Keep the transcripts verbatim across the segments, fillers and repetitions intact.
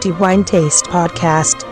The Wine Taste Podcast.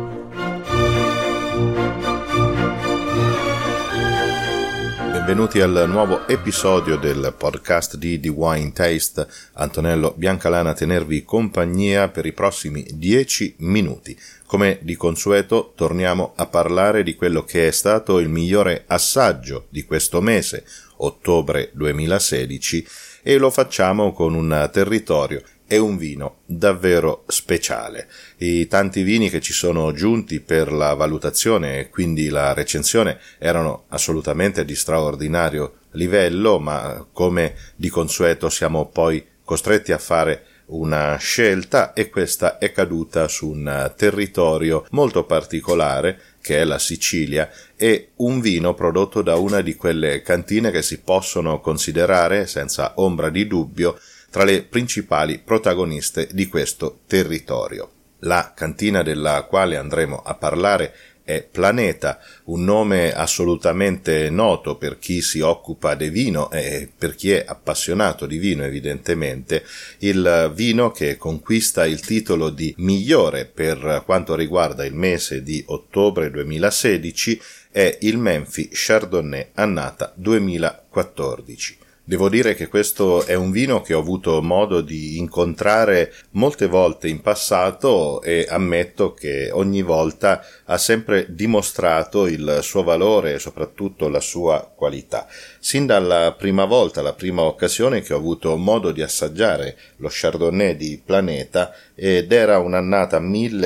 Benvenuti al nuovo episodio del podcast di The Wine Taste. Antonello Biancalana a tenervi compagnia per i prossimi dieci minuti. Come di consueto torniamo a parlare di quello che è stato il migliore assaggio di questo mese, ottobre duemilasedici, e lo facciamo con un territorio e un vino davvero speciale. I tanti vini che ci sono giunti per la valutazione e quindi la recensione erano assolutamente di straordinario livello, ma come di consueto siamo poi costretti a fare una scelta, e questa è caduta su un territorio molto particolare che è la Sicilia, e un vino prodotto da una di quelle cantine che si possono considerare senza ombra di dubbio tra le principali protagoniste di questo territorio. La cantina della quale andremo a parlare è Planeta, un nome assolutamente noto per chi si occupa di vino e per chi è appassionato di vino evidentemente. Il vino che conquista il titolo di migliore per quanto riguarda il mese di ottobre duemilasedici è il Menfi Chardonnay Annata duemilaquattordici. Devo dire che questo è un vino che ho avuto modo di incontrare molte volte in passato e ammetto che ogni volta ha sempre dimostrato il suo valore e soprattutto la sua qualità. Sin dalla prima volta, la prima occasione che ho avuto modo di assaggiare lo Chardonnay di Planeta, ed era un'annata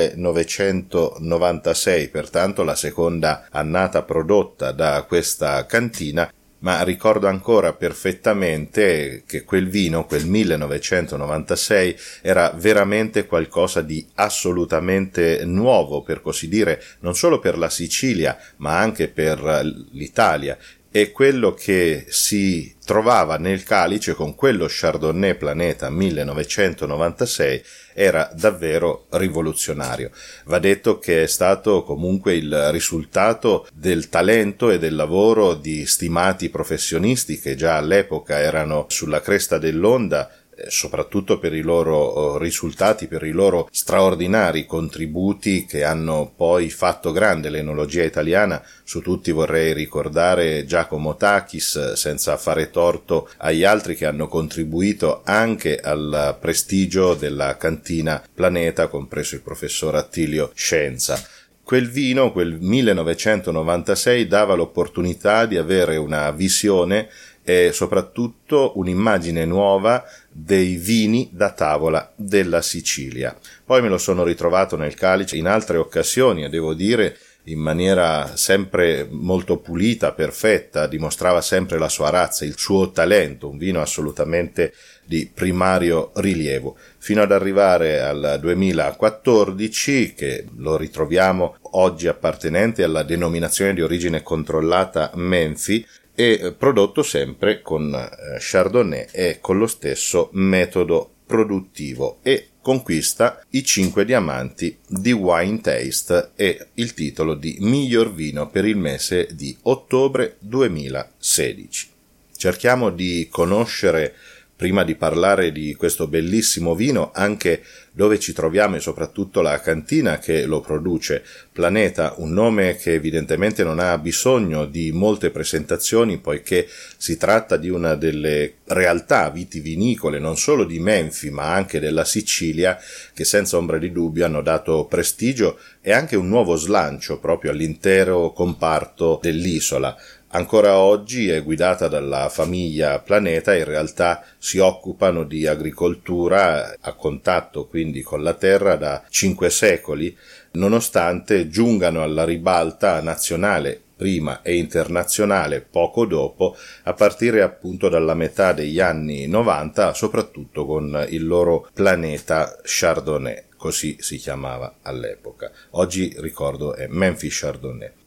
millenovecentonovantasei, pertanto la seconda annata prodotta da questa cantina, ma ricordo ancora perfettamente che quel vino, quel millenovecentonovantasei, era veramente qualcosa di assolutamente nuovo, per così dire, non solo per la Sicilia, ma anche per l'Italia. E quello che si trovava nel calice con quello Chardonnay Planeta millenovecentonovantasei era davvero rivoluzionario. Va detto che è stato comunque il risultato del talento e del lavoro di stimati professionisti che già all'epoca erano sulla cresta dell'onda, soprattutto per i loro risultati, per i loro straordinari contributi che hanno poi fatto grande l'enologia italiana. Su tutti vorrei ricordare Giacomo Tachis, senza fare torto agli altri che hanno contribuito anche al prestigio della cantina Planeta, compreso il professor Attilio Scienza. Quel vino, quel millenovecentonovantasei, dava l'opportunità di avere una visione e soprattutto un'immagine nuova dei vini da tavola della Sicilia. Poi me lo sono ritrovato nel calice in altre occasioni e devo dire in maniera sempre molto pulita, perfetta, dimostrava sempre la sua razza, il suo talento, un vino assolutamente di primario rilievo, fino ad arrivare al duemilaquattordici, che lo ritroviamo oggi appartenente alla denominazione di origine controllata Menfi, e prodotto sempre con Chardonnay e con lo stesso metodo produttivo, e conquista i cinque diamanti di Wine Taste e il titolo di miglior vino per il mese di ottobre duemilasedici. Cerchiamo di conoscere, prima di parlare di questo bellissimo vino, anche dove ci troviamo e soprattutto la cantina che lo produce. Planeta, un nome che evidentemente non ha bisogno di molte presentazioni, poiché si tratta di una delle realtà vitivinicole non solo di Menfi ma anche della Sicilia, che senza ombra di dubbio hanno dato prestigio e anche un nuovo slancio proprio all'intero comparto dell'isola. Ancora oggi è guidata dalla famiglia Planeta, in realtà si occupano di agricoltura a contatto quindi con la terra da cinque secoli, nonostante giungano alla ribalta nazionale prima e internazionale poco dopo, a partire appunto dalla metà degli anni novanta, soprattutto con il loro Planeta Chardonnay, così si chiamava all'epoca. Oggi, ricordo, è Menfi Chardonnay.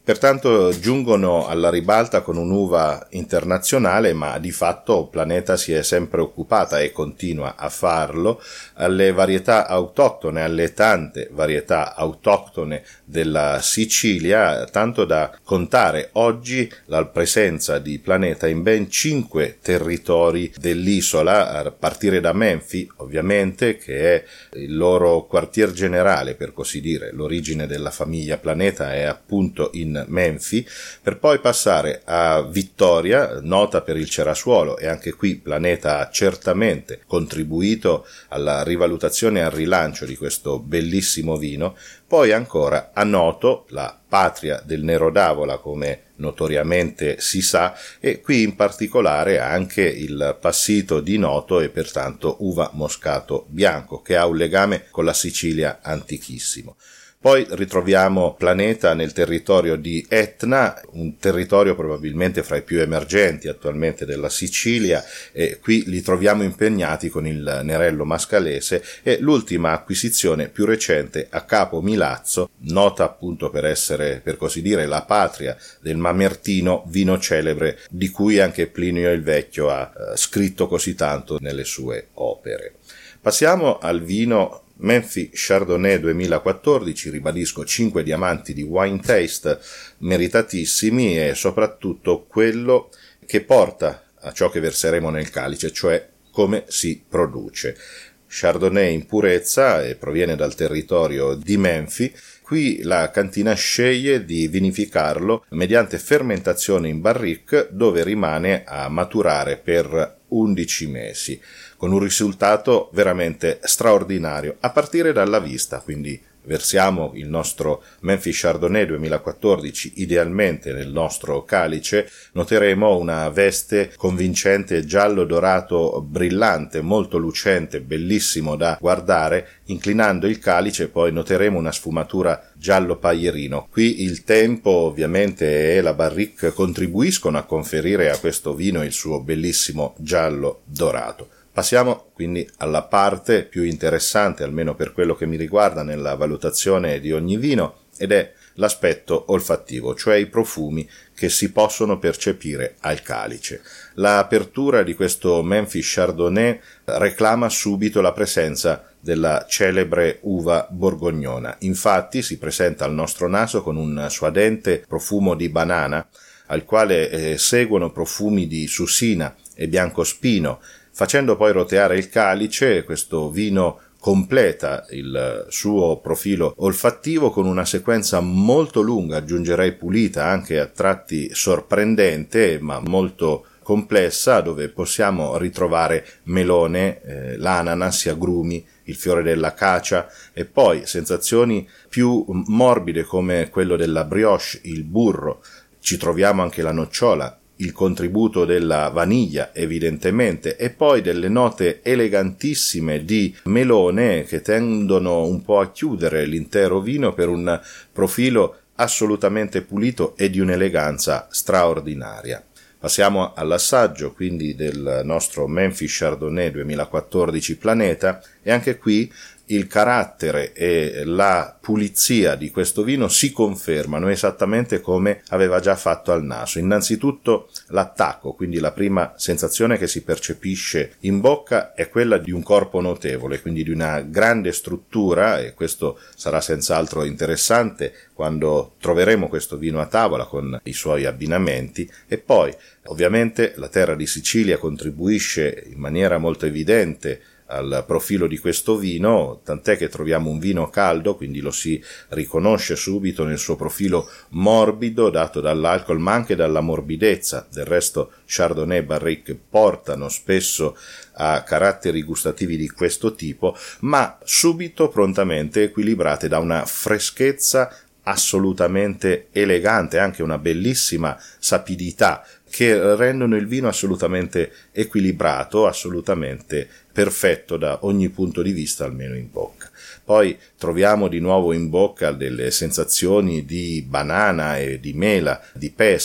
Pertanto giungono alla ribalta con un'uva internazionale, ma di fatto Planeta si è sempre occupata e continua a farlo alle varietà autoctone, alle tante varietà autoctone della Sicilia, tanto da contare oggi la presenza di Planeta in ben cinque territori dell'isola, a partire da Menfi, ovviamente, che è il loro quartier generale, per così dire. L'origine della famiglia Planeta è appunto in Menfi, per poi passare a Vittoria, nota per il cerasuolo, e anche qui Planeta ha certamente contribuito alla rivalutazione e al rilancio di questo bellissimo vino, poi ancora a Noto, la patria del Nero d'Avola, come notoriamente si sa, e qui in particolare anche il passito di Noto e pertanto uva moscato bianco, che ha un legame con la Sicilia antichissimo. Poi ritroviamo Planeta nel territorio di Etna, un territorio probabilmente fra i più emergenti attualmente della Sicilia, e qui li troviamo impegnati con il Nerello Mascalese e l'ultima acquisizione più recente a Capo Milazzo, nota appunto per essere, per così dire, la patria del Mamertino, vino celebre di cui anche Plinio il Vecchio ha eh, scritto così tanto nelle sue opere. Passiamo al vino Menfi Chardonnay duemilaquattordici, ribadisco cinque diamanti di Wine Taste meritatissimi, e soprattutto quello che porta a ciò che verseremo nel calice, cioè come si produce. Chardonnay in purezza e proviene dal territorio di Menfi. Qui la cantina sceglie di vinificarlo mediante fermentazione in barrique, dove rimane a maturare per undici mesi, con un risultato veramente straordinario, a partire dalla vista. Quindi versiamo il nostro Menfi Chardonnay duemilaquattordici idealmente nel nostro calice, noteremo una veste convincente giallo dorato brillante, molto lucente, bellissimo da guardare. Inclinando il calice poi noteremo una sfumatura giallo paglierino. Qui il tempo ovviamente e la barrique contribuiscono a conferire a questo vino il suo bellissimo giallo dorato. Passiamo quindi alla parte più interessante, almeno per quello che mi riguarda, nella valutazione di ogni vino, ed è l'aspetto olfattivo, cioè i profumi che si possono percepire al calice. L'apertura di questo Menfi Chardonnay reclama subito la presenza della celebre uva borgognona. Infatti si presenta al nostro naso con un suadente profumo di banana, al quale eh, seguono profumi di susina e biancospino. Facendo poi roteare il calice, questo vino completa il suo profilo olfattivo con una sequenza molto lunga, aggiungerei pulita, anche a tratti sorprendente, ma molto complessa, dove possiamo ritrovare melone, eh, l'ananas, gli agrumi, il fiore dell'acacia, e poi sensazioni più morbide come quello della brioche, il burro. Ci troviamo anche la nocciola, il contributo della vaniglia evidentemente, e poi delle note elegantissime di melone che tendono un po' a chiudere l'intero vino per un profilo assolutamente pulito e di un'eleganza straordinaria. Passiamo all'assaggio quindi del nostro Menfi Chardonnay duemilaquattordici Planeta, e anche qui il carattere e la pulizia di questo vino si confermano esattamente come aveva già fatto al naso. Innanzitutto l'attacco, quindi la prima sensazione che si percepisce in bocca è quella di un corpo notevole, quindi di una grande struttura, e questo sarà senz'altro interessante quando troveremo questo vino a tavola con i suoi abbinamenti. E poi ovviamente la terra di Sicilia contribuisce in maniera molto evidente al profilo di questo vino, tant'è che troviamo un vino caldo, quindi lo si riconosce subito nel suo profilo morbido dato dall'alcol, ma anche dalla morbidezza. Del resto Chardonnay e Barrique portano spesso a caratteri gustativi di questo tipo, ma subito prontamente equilibrate da una freschezza assolutamente elegante, anche una bellissima sapidità, che rendono il vino assolutamente equilibrato, assolutamente perfetto da ogni punto di vista, almeno in bocca. Poi troviamo di nuovo in bocca delle sensazioni di banana e di mela, di pesca,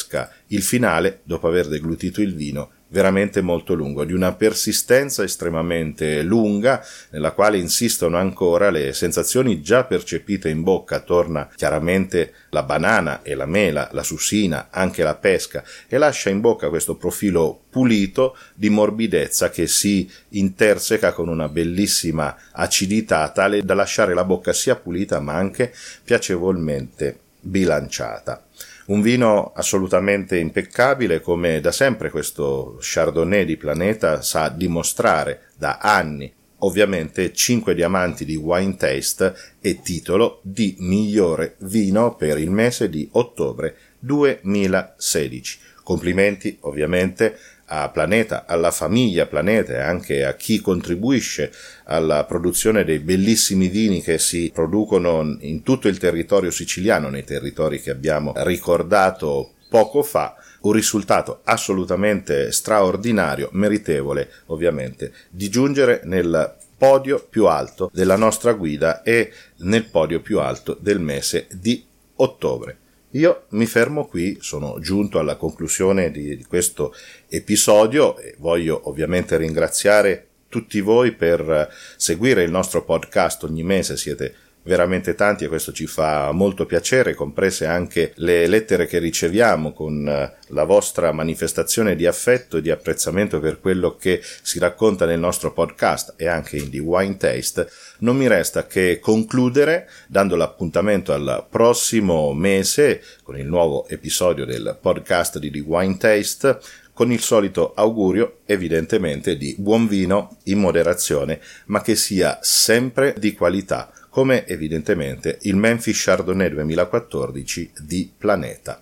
il finale, dopo aver deglutito il vino, veramente molto lungo, di una persistenza estremamente lunga, nella quale insistono ancora le sensazioni già percepite in bocca. Torna chiaramente la banana e la mela, la sussina, anche la pesca, e lascia in bocca questo profilo pulito di morbidezza che si interseca con una bellissima acidità, tale da lasciare la bocca sia pulita ma anche piacevolmente bilanciata. Un vino assolutamente impeccabile, come da sempre questo Chardonnay di Planeta sa dimostrare da anni. Ovviamente cinque diamanti di Wine Taste e titolo di migliore vino per il mese di ottobre duemilasedici. Complimenti ovviamente a Planeta, alla famiglia Planeta e anche a chi contribuisce alla produzione dei bellissimi vini che si producono in tutto il territorio siciliano, nei territori che abbiamo ricordato poco fa. Un risultato assolutamente straordinario, meritevole ovviamente di giungere nel podio più alto della nostra guida e nel podio più alto del mese di ottobre. Io mi fermo qui, sono giunto alla conclusione di questo episodio e voglio ovviamente ringraziare tutti voi per seguire il nostro podcast ogni mese. Siete veramente tanti e questo ci fa molto piacere, comprese anche le lettere che riceviamo con la vostra manifestazione di affetto e di apprezzamento per quello che si racconta nel nostro podcast e anche in The Wine Taste. Non mi resta che concludere dando l'appuntamento al prossimo mese con il nuovo episodio del podcast di The Wine Taste, con il solito augurio evidentemente di buon vino in moderazione, ma che sia sempre di qualità, come evidentemente il Memphis Chardonnay duemilaquattordici di Planeta.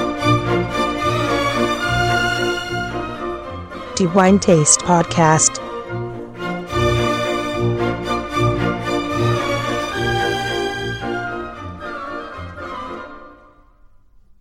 The Wine Taste Podcast.